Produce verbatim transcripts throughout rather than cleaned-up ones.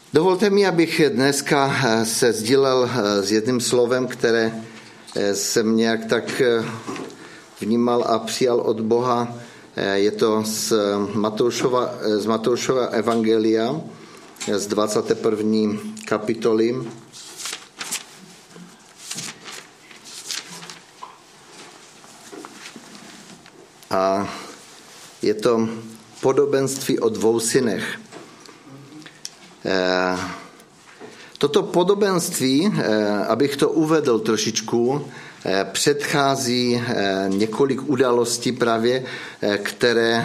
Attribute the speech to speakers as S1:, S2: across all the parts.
S1: Dovolte mi, abych dneska se sdílel s jedním slovem, které jsem nějak tak vnímal a přijal od Boha. Je to z Matoušova, z Matoušova evangelia z dvacáté první kapitoly. A je to podobenství o dvou synech. Toto podobenství, abych to uvedl trošičku, předchází několik událostí právě, které,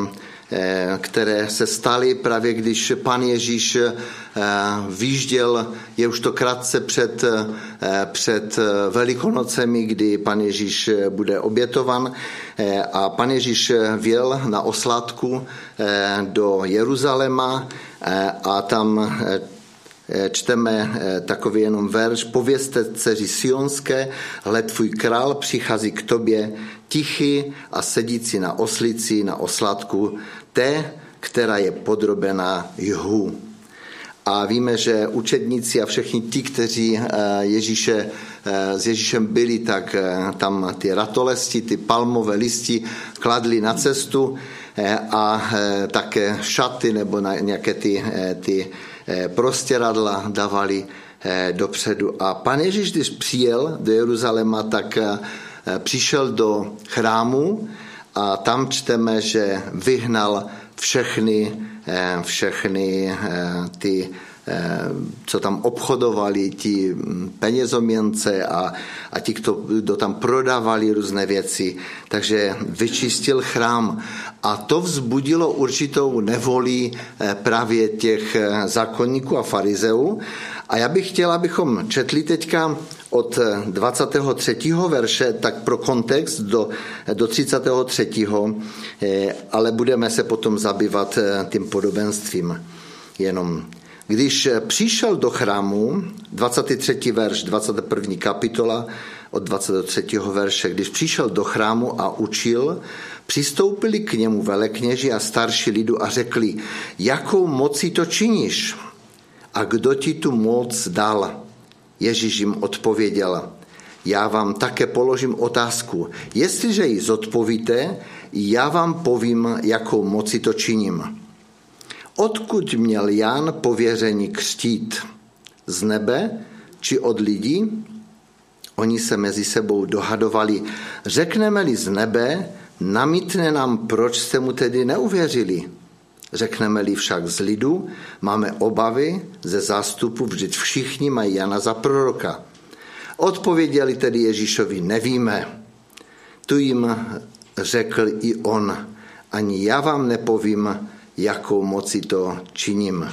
S1: které se staly právě, když pan Ježíš vyjížděl, je už to krátce před, před Velikonocemi, kdy pan Ježíš bude obětovan a pan Ježíš vjel na oslátku do Jeruzaléma a tam čteme takový jenom verš. Povězte dceři sionské, hle tvůj král přichází k tobě, tichý a sedící na oslici, na oslátku té, která je podrobená jhu. A víme, že učedníci a všichni ti, kteří Ježíše, s Ježíšem byli, tak tam ty ratolesti, ty palmové listy kladli na cestu a také šaty nebo nějaké ty, ty prostěradla dávali dopředu. A pan Ježíš, když přijel do Jeruzaléma, tak přišel do chrámu a tam čteme, že vyhnal všechny, všechny ty, co tam obchodovali, ti penězoměnce a, a ti, kdo tam prodávali různé věci. Takže vyčistil chrám. A to vzbudilo určitou nevoli právě těch zákonníků a farizeů. A já bych chtěl, abychom četli teďka od dvacátého třetího verše, tak pro kontext do, do třicátého třetího ale budeme se potom zabývat tím podobenstvím jenom. Když přišel do chrámu, dvacátý třetí verš, dvacátá první kapitola od dvacátého třetího verše, když přišel do chrámu a učil, přistoupili k němu velekněži a starší lidu a řekli, jakou mocí to činíš? A kdo ti tu moc dal? Ježíš jim odpověděl, já vám také položím otázku. Jestliže ji zodpovíte, já vám povím, jakou moci to činím. Odkud měl Jan pověření křtít? Z nebe či od lidí? Oni se mezi sebou dohadovali. Řekneme-li z nebe, namítne nám, proč jste mu tedy neuvěřili. Řekneme-li však z lidu, máme obavy ze zástupu, vždyť všichni mají Jana za proroka. Odpověděli tedy Ježíšovi, nevíme. Tu jim řekl i on, ani já vám nepovím, jakou moci to činím.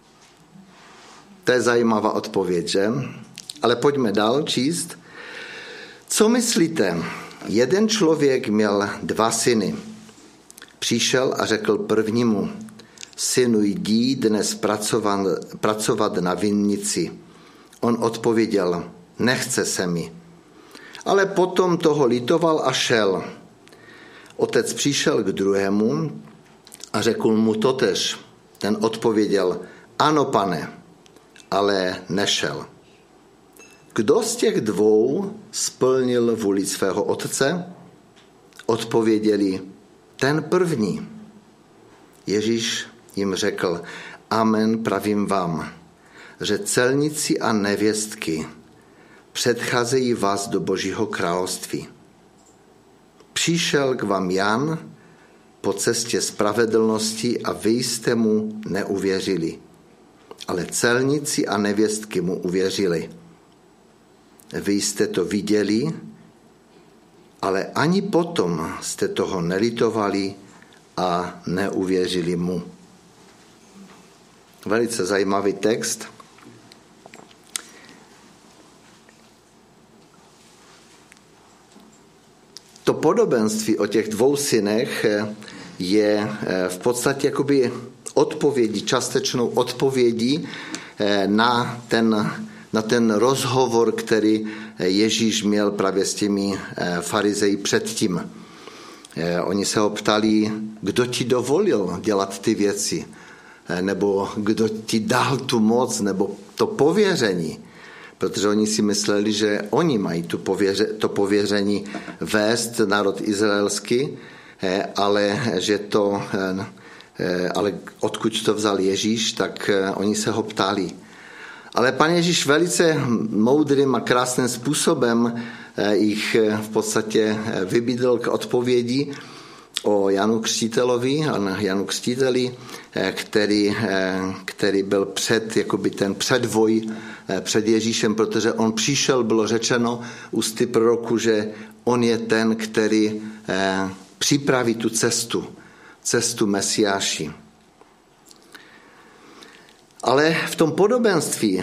S1: To je zajímavá odpověď, že? Ale pojďme dál číst. Co myslíte? Jeden člověk měl dva syny. Přišel a řekl prvnímu, synu, jdi dnes pracovat, pracovat na vinnici. On odpověděl, nechce se mi. Ale potom toho litoval a šel. Otec přišel k druhému a řekl mu totež. Ten odpověděl, ano, pane, ale nešel. Kdo z těch dvou splnil vůli svého otce? Odpověděli, ten první. Ježíš jim řekl, amen, pravím vám, že celníci a nevěstky předcházejí vás do Božího království. Přišel k vám Jan po cestě spravedlnosti a vy jste mu neuvěřili, ale celníci a nevěstky mu uvěřili. Vy jste to viděli, ale ani potom jste toho nelitovali a neuvěřili mu. Velice zajímavý text. To podobenství o těch dvou synech je v podstatě jakoby odpovědí, částečnou odpovědí na ten, na ten rozhovor, který Ježíš měl právě s těmi farizeji předtím. Oni se ho ptali, kdo ti dovolil dělat ty věci. nebo kdo ti dal tu moc, nebo to pověření. Protože oni si mysleli, že oni mají tu pověře, to pověření vést národ izraelský, ale že to, ale odkud to vzal Ježíš, tak oni se ho ptali. Ale Pán Ježíš velice moudrým a krásným způsobem jich v podstatě vybídl k odpovědi o Janu Křtitelovi, Janu Křtiteli, který, který byl před, jakoby ten předvoj před Ježíšem, protože on přišel, bylo řečeno ústy proroku, že on je ten, který připraví tu cestu, cestu Mesiáši. Ale v tom podobenství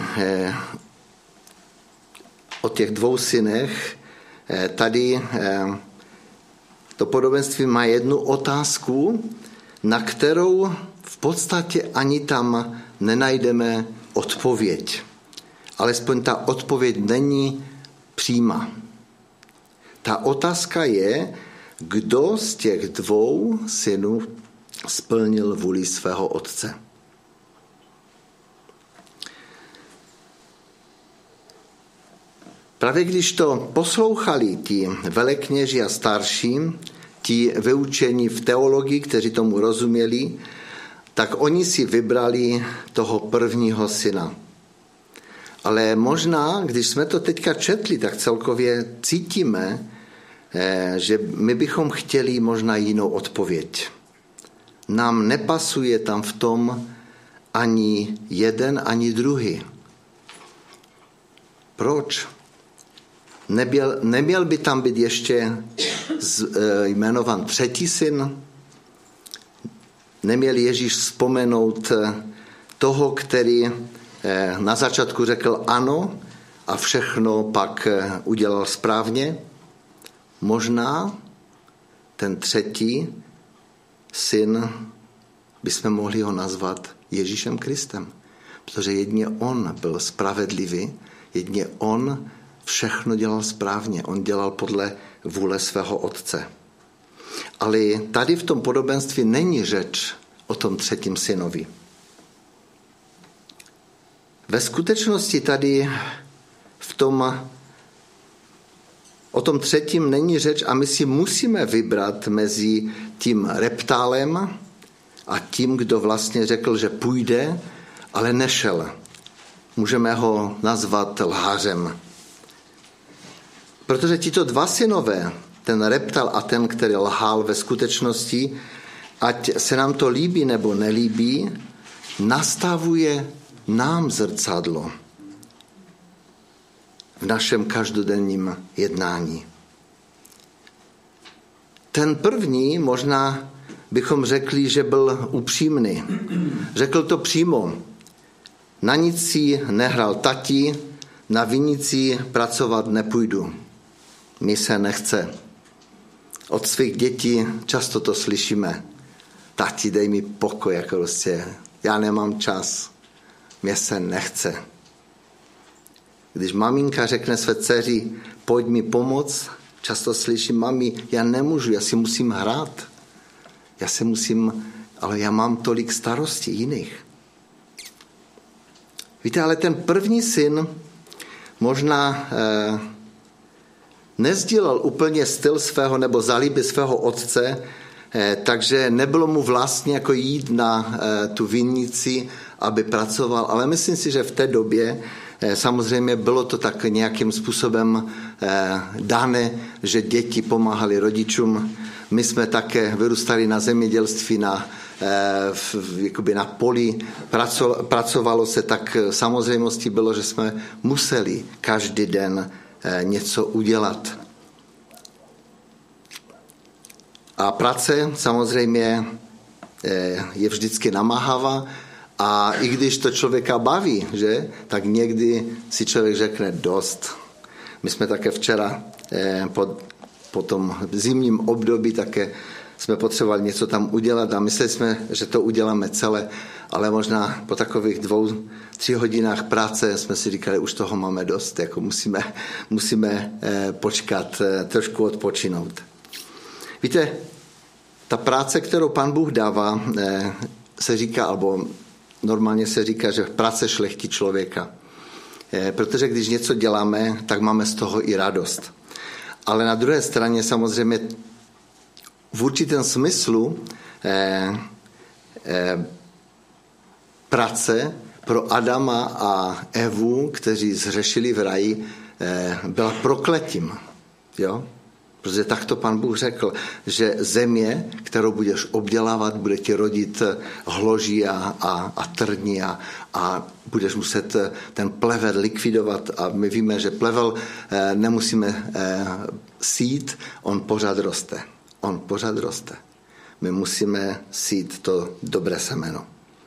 S1: o těch dvou synech tady to podobenství má jednu otázku, na kterou v podstatě ani tam nenajdeme odpověď. Alespoň ta odpověď není přímá. Ta otázka je, kdo z těch dvou synů splnil vůli svého otce. Právě když to poslouchali ti velekněži a starší, ti vyučení v teologii, kteří tomu rozuměli, tak oni si vybrali toho prvního syna. Ale možná, když jsme to teďka četli, tak celkově cítíme, že my bychom chtěli možná jinou odpověď. Nám nepasuje tam v tom ani jeden, ani druhý. Proč? Neměl, neměl by tam být ještě jmenovan třetí syn? Neměl Ježíš vzpomenout toho, který na začátku řekl ano a všechno pak udělal správně? Možná ten třetí syn bychom mohli ho nazvat Ježíšem Kristem, protože jedině on byl spravedlivý, jedině on všechno dělal správně, on dělal podle vůle svého otce. Ale tady v tom podobenství není řeč o tom třetím synovi. Ve skutečnosti tady v tom, o tom třetím není řeč a my si musíme vybrat mezi tím reptálem a tím, kdo vlastně řekl, že půjde, ale nešel. Můžeme ho nazvat lhářem. Protože tito dva synové, ten reptál a ten, který lhal ve skutečnosti, ať se nám to líbí nebo nelíbí, nastavuje nám zrcadlo v našem každodenním jednání. Ten první možná bychom řekli, že byl upřímný. Řekl to přímo. Na nic si nehrál tati, na vinici pracovat nepůjdu. Mi se nechce. Od svých dětí často to slyšíme. Tati, dej mi pokoj, jako prostě. Já nemám čas. Mně se nechce. Když maminka řekne své dceři, pojď mi pomoct, často slyším, mami, já nemůžu, já si musím hrát. Já se musím, ale já mám tolik starostí jiných. Víte, ale ten první syn možná eh, nezdílel úplně styl svého nebo zalíby svého otce, eh, takže nebylo mu vlastně jako jít na eh, tu vinici, aby pracoval, ale myslím si, že v té době eh, samozřejmě bylo to tak nějakým způsobem eh, dané, že děti pomáhali rodičům. My jsme také vyrůstali na zemědělství, na, v, jakoby na poli, pracovalo se, tak samozřejmostí bylo, že jsme museli každý den něco udělat. A práce samozřejmě je vždycky namáhavá a i když to člověka baví, že, tak někdy si člověk řekne dost. My jsme také včera pod po tom zimním období také jsme potřebovali něco tam udělat a mysleli jsme, že to uděláme celé, ale možná po takových dvou, tři hodinách práce jsme si říkali, už toho máme dost, jako musíme, musíme počkat, trošku odpočinout. Víte, ta práce, kterou Pán Bůh dává, se říká, alebo normálně se říká, že práce šlechtí člověka. Protože když něco děláme, tak máme z toho i radost. Ale na druhé straně samozřejmě v určitém smyslu eh, eh, práce pro Adama a Evu, kteří zhřešili v raji, eh, byla prokletím. Jo? Protože takto Pan Bůh řekl, že země, kterou budeš obdělávat, bude ti rodit hloží a, a, a trní a, a budeš muset ten plevel likvidovat. A my víme, že plevel eh, nemusíme eh, sít, on pořád roste. On pořád roste. My musíme sít to dobré semeno.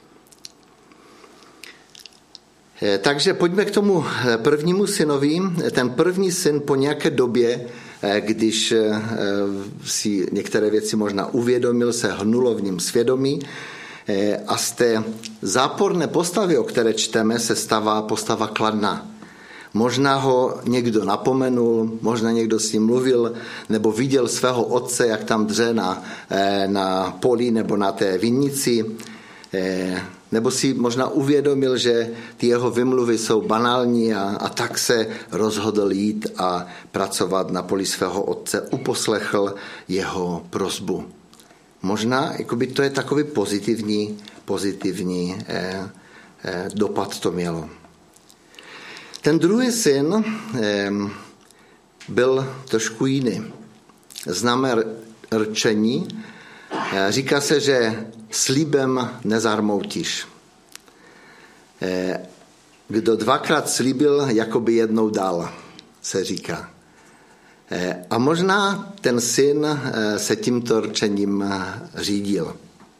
S1: Eh, takže pojďme k tomu prvnímu synovi. Ten první syn po nějaké době, když si některé věci možná uvědomil, se hnulo v ním svědomí a z té záporné postavy, o které čteme, se stává postava kladná. Možná ho někdo napomenul, možná někdo s ním mluvil, nebo viděl svého otce, jak tam dře na, na poli nebo na té vinici, nebo si možná uvědomil, že ty jeho vymluvy jsou banální a, a tak se rozhodl jít a pracovat na poli svého otce, uposlechl jeho prosbu. Možná jakoby to je takový pozitivní, pozitivní eh, eh, dopad to mělo. Ten druhý syn eh, byl trošku jiný. Známe rčení. Eh, říká se, že slíbem nezarmoutíš. Eh, kdo dvakrát slíbil, jakoby jednou dal, se říká. Eh, a možná ten syn eh, se tímto rčením řídil.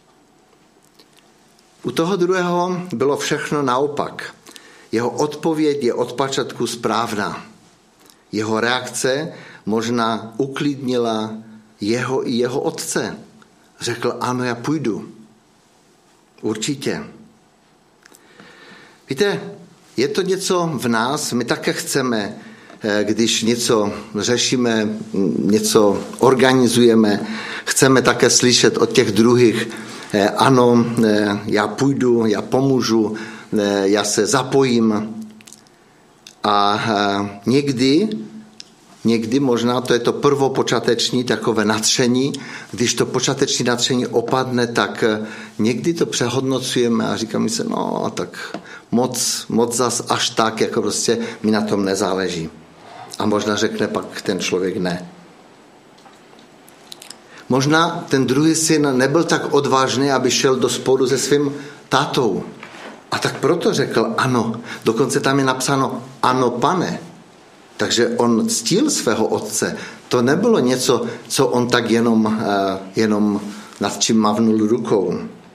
S1: U toho druhého bylo všechno naopak. Jeho odpověď je od počátku správná. Jeho reakce možná uklidnila jeho i jeho otce. Řekl, ano, já půjdu. Určitě. Víte, je to něco v nás, my také chceme, když něco řešíme, něco organizujeme, chceme také slyšet od těch druhých, ano, já půjdu, já pomůžu, já se zapojím. A někdy, někdy možná to je to prvopočáteční takové nadšení, když to počáteční nadšení opadne, tak někdy to přehodnocujeme a říkáme si, no tak moc, moc zas až tak, jako prostě mi na tom nezáleží. A možná řekne pak ten člověk ne. Možná ten druhý syn nebyl tak odvážný, aby šel do sporu se svým tátou. A tak proto řekl ano. Dokonce tam je napsáno ano, pane. Takže on ctil svého otce. To nebylo něco, co on tak jenom, jenom nad čím mavnul rukou.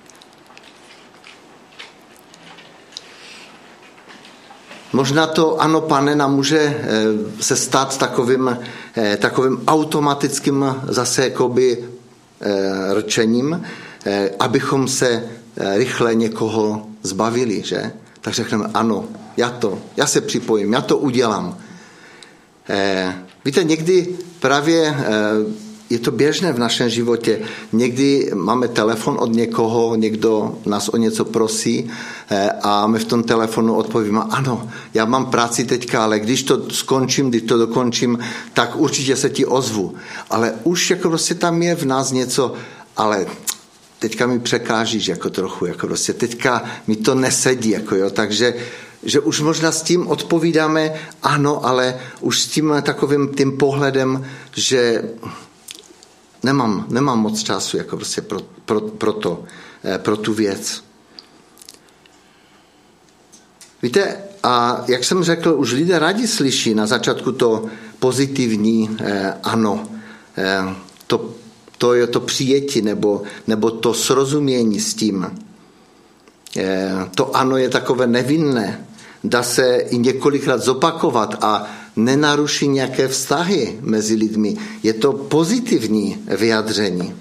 S1: Možná to ano, pane, nám může se stát takovým, takovým automatickým zase jakoby rčením, abychom se rychle někoho zbavili, že? Tak řekneme ano, já to, já se připojím, já to udělám. Víte, někdy právě je to běžné v našem životě. Někdy máme telefon od někoho, někdo nás o něco prosí a my v tom telefonu odpovíme, ano, já mám práci teďka, ale když to skončím, když to dokončím, tak určitě se ti ozvu. Ale už jako prostě tam je v nás něco, ale teďka mi překážíš jako trochu, jako prostě teďka mi to nesedí, jako jo, takže že už možná s tím odpovídáme ano, ale už s tím takovým tím pohledem, že nemám, nemám moc času jako prostě pro, pro, pro to, pro tu věc. Víte, a jak jsem řekl, už lidé rádi slyší na začátku to pozitivní eh, ano, eh, to, to je to přijetí nebo, nebo to srozumění s tím. Eh, to ano je takové nevinné, dá se i několikrát zopakovat a nenaruší nějaké vztahy mezi lidmi. Je to pozitivní vyjádření.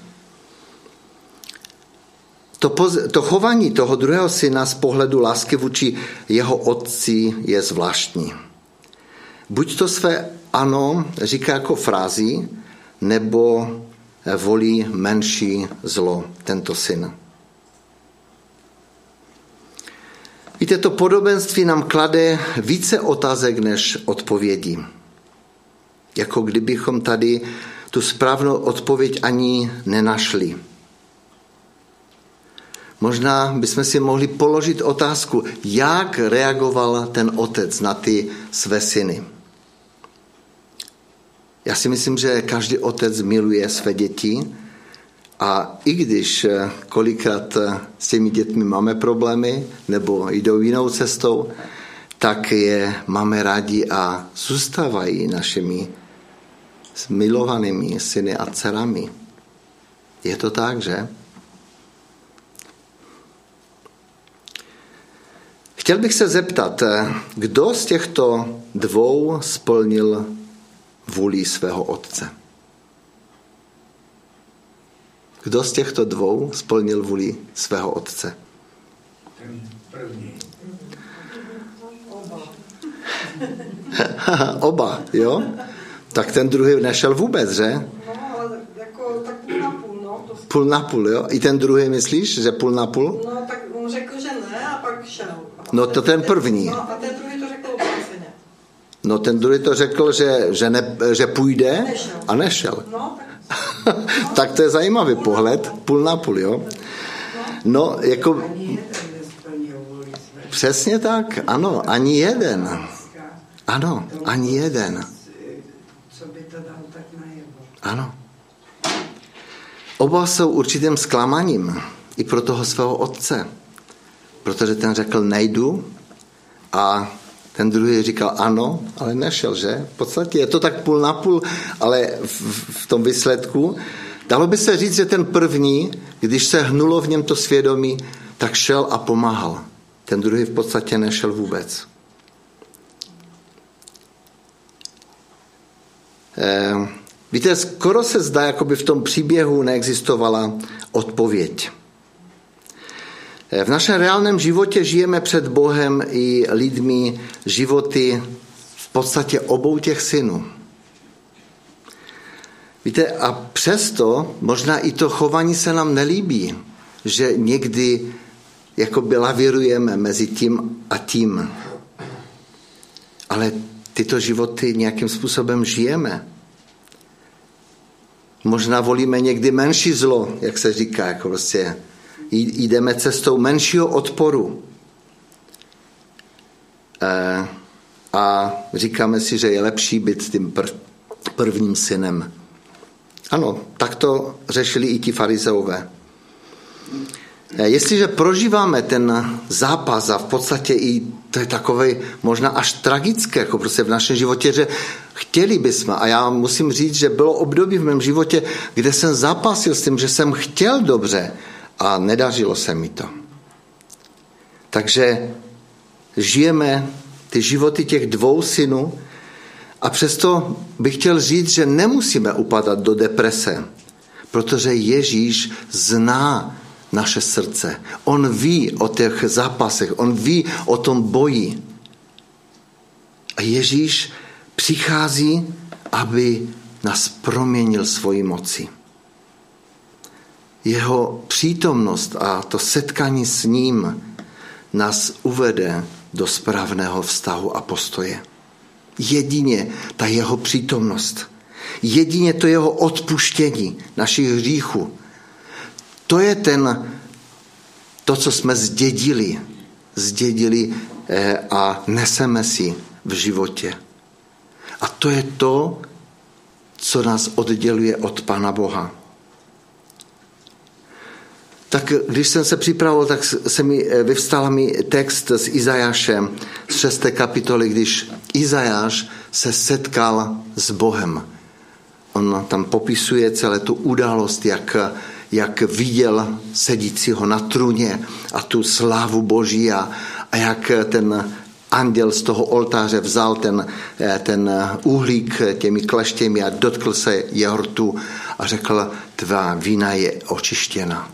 S1: To, poz, to chování toho druhého syna z pohledu lásky vůči jeho otci je zvláštní. Buď to své ano říká jako frázi, nebo volí menší zlo tento syn. Víte, to podobenství nám klade více otázek než odpovědí. Jako kdybychom tady tu správnou odpověď ani nenašli. Možná bychom si mohli položit otázku, jak reagoval ten otec na ty své syny. Já si myslím, že každý otec miluje své děti a i když kolikrát s těmi dětmi máme problémy nebo jdou jinou cestou, tak je máme rádi a zůstávají našimi milovanými syny a dcerami. Je to tak, že? Chtěl bych se zeptat, kdo z těchto dvou splnil vůli svého otce? Kdo z těchto dvou splnil vůli svého otce?
S2: Ten první.
S1: Oba, jo? Tak ten druhý nešel vůbec, že?
S3: No, ale jako tak půl na půl, no. To...
S1: Půl na půl, jo? I ten druhý myslíš, že půl na půl?
S3: No, tak on řekl, že ne a pak šel. A
S1: No to ten první.
S3: No a ten druhý to řekl obráceně.
S1: No ten druhý to řekl, že, že, ne, že půjde
S3: Nešel.
S1: a nešel.
S3: No, tak...
S1: Tak to je zajímavý pohled. Půl na půl, jo? No, jako...
S2: Ani jeden nesplnil vůli své.
S1: Přesně tak, ano, ani jeden. Ano, ani jeden.
S2: Co by to dal tak najevo?
S1: Ano. Oba jsou určitým zklamaním i pro toho svého otce. Protože ten řekl nejdu a ten druhý říkal ano, ale nešel, že? V podstatě je to tak půl na půl, ale v, v tom výsledku dalo by se říct, že ten první, když se hnulo v něm to svědomí, tak šel a pomáhal. Ten druhý v podstatě nešel vůbec. Eh, víte, skoro se zdá, jako by v tom příběhu neexistovala odpověď. V našem reálném životě žijeme před Bohem i lidmi životy v podstatě obou těch synů. Víte, a přesto možná i to chování se nám nelíbí, že někdy jakoby lavírujeme mezi tím a tím. Ale tyto životy nějakým způsobem žijeme. Možná volíme někdy menší zlo, jak se říká, jako prostě jdeme cestou menšího odporu. E, a říkáme si, že je lepší být tím prv, prvním synem. Ano, tak to řešili i ti farizeové. E, jestliže prožíváme ten zápas a v podstatě i to je takové možná až tragické, jako prostě v našem životě, že chtěli bychom, a já musím říct, že bylo období v mém životě, kde jsem zápasil s tím, že jsem chtěl dobře, a nedařilo se mi to. Takže žijeme ty životy těch dvou synů a přesto bych chtěl říct, že nemusíme upadat do deprese, protože Ježíš zná naše srdce. On ví o těch zápasech, on ví o tom boji. A Ježíš přichází, aby nás proměnil svojí moci. Jeho přítomnost a to setkání s ním nás uvede do správného vztahu a postoje. Jedině ta jeho přítomnost, jedině to jeho odpuštění našich hříchů, to je ten, to, co jsme zdědili, zdědili a neseme si v životě. A to je to, co nás odděluje od Pána Boha. Tak když jsem se připravoval, tak se mi vyvstal mi text z Izajáše z šesté kapitoly, když Izajáš se setkal s Bohem. On tam popisuje celé tu událost, jak, jak viděl sedícího na trůně a tu slávu Boží a, a jak ten anděl z toho oltáře vzal ten, ten uhlík těmi kleštěmi a dotkl se jeho rtu a řekl, tvá vína je očištěna.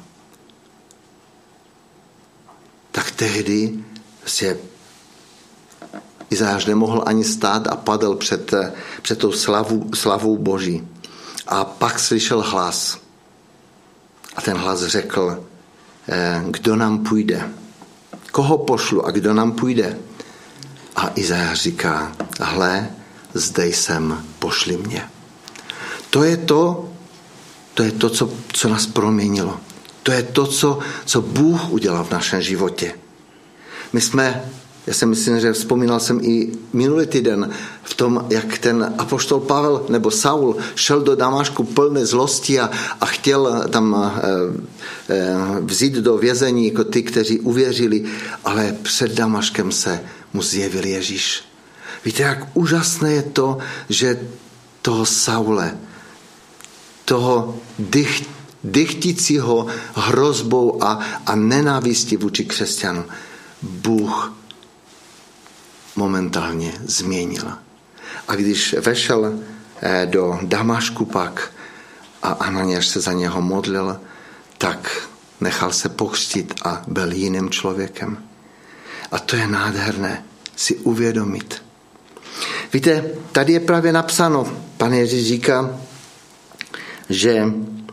S1: Tak tehdy se Izajáš nemohl ani stát a padl před, před tou slavu, slavou Boží. A pak slyšel hlas. A ten hlas řekl, kdo nám půjde? koho pošlu a kdo nám půjde? A Izajáš říká, hle, zde jsem, pošli mě. To je to, to je to, co, co nás proměnilo. To je to, co, co Bůh udělal v našem životě. My jsme, já si myslím, že vzpomínal jsem i minulý týden v tom, jak ten apoštol Pavel nebo Saul šel do Damašku plný zlosti a, a chtěl tam e, e, vzít do vězení jako ty, kteří uvěřili, ale před Damaškem se mu zjevil Ježíš. Víte, jak úžasné je to, že toho Saule, toho dych, dychtícího hrozbou a, a nenávistí vůči křesťanům, Bůh momentálně změnil. A když vešel do Damašku pak a Ananiáš se za něho modlil, tak nechal se pokřtít a byl jiným člověkem. A to je nádherné si uvědomit. Víte, tady je právě napsáno, Pan Ježíš říká, že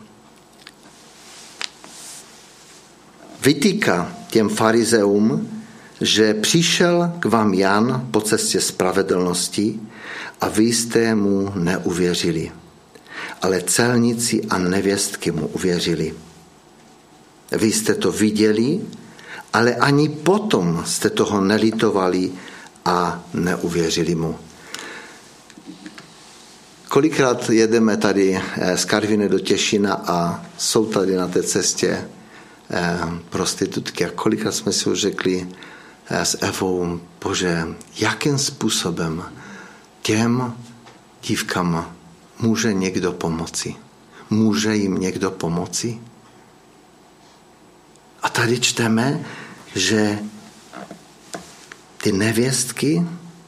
S1: vytýká těm farizeům, že přišel k vám Jan po cestě spravedlnosti a vy jste mu neuvěřili. Ale celníci a nevěstky mu uvěřili. Vy jste to viděli, ale ani potom jste toho nelitovali a neuvěřili mu. Kolikrát jedeme tady z Karviné do Těšína a jsou tady na té cestě prostitutky a kolikrát jsme si už řekli s Evou, Bože, jakým způsobem těm dívkám může někdo pomoci? Může jim někdo pomoci? A tady čteme, že ty nevěstky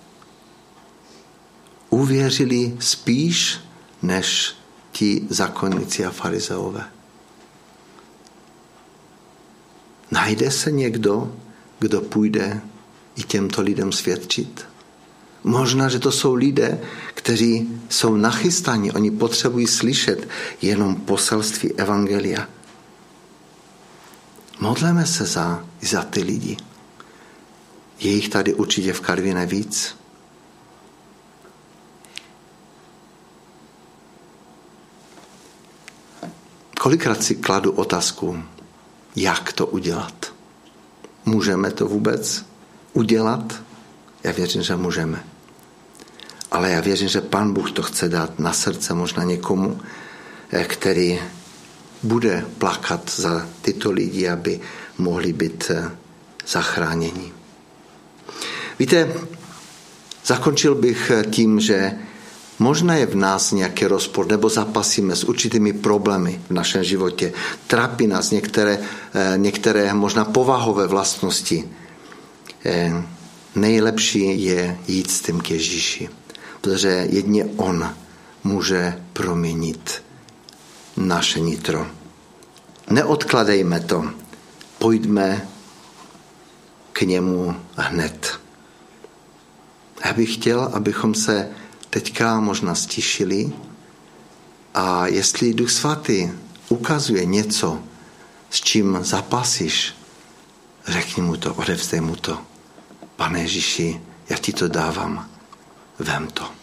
S1: uvěřili spíš než ti zákonníci a farizeové. Najde se někdo, kdo půjde i těmto lidem svědčit? Možná, že to jsou lidé, kteří jsou nachystaní, oni potřebují slyšet jenom poselství evangelia. Modleme se za, za ty lidi. Je jich tady určitě v Karviné víc. Kolikrát si kladu otázku, jak to udělat? Můžeme to vůbec udělat? Já věřím, že můžeme. Ale já věřím, že Pán Bůh to chce dát na srdce možná někomu, který bude plakat za tyto lidi, aby mohli být zachráněni. Víte, zakončil bych tím, že možná je v nás nějaký rozpor, nebo zapasíme s určitými problémy v našem životě. Trápí nás některé, některé možná povahové vlastnosti. Nejlepší je jít s tím k Ježíši, protože jedině on může proměnit naše nitro. Neodkladejme to. Pojďme k němu hned. Já bych chtěl, abychom se teďka možná stišili a jestli Duch Svatý ukazuje něco, s čím zapasíš, řekni mu to, odevzdej mu to. Pane Ježíši, já ti to dávám, vem to.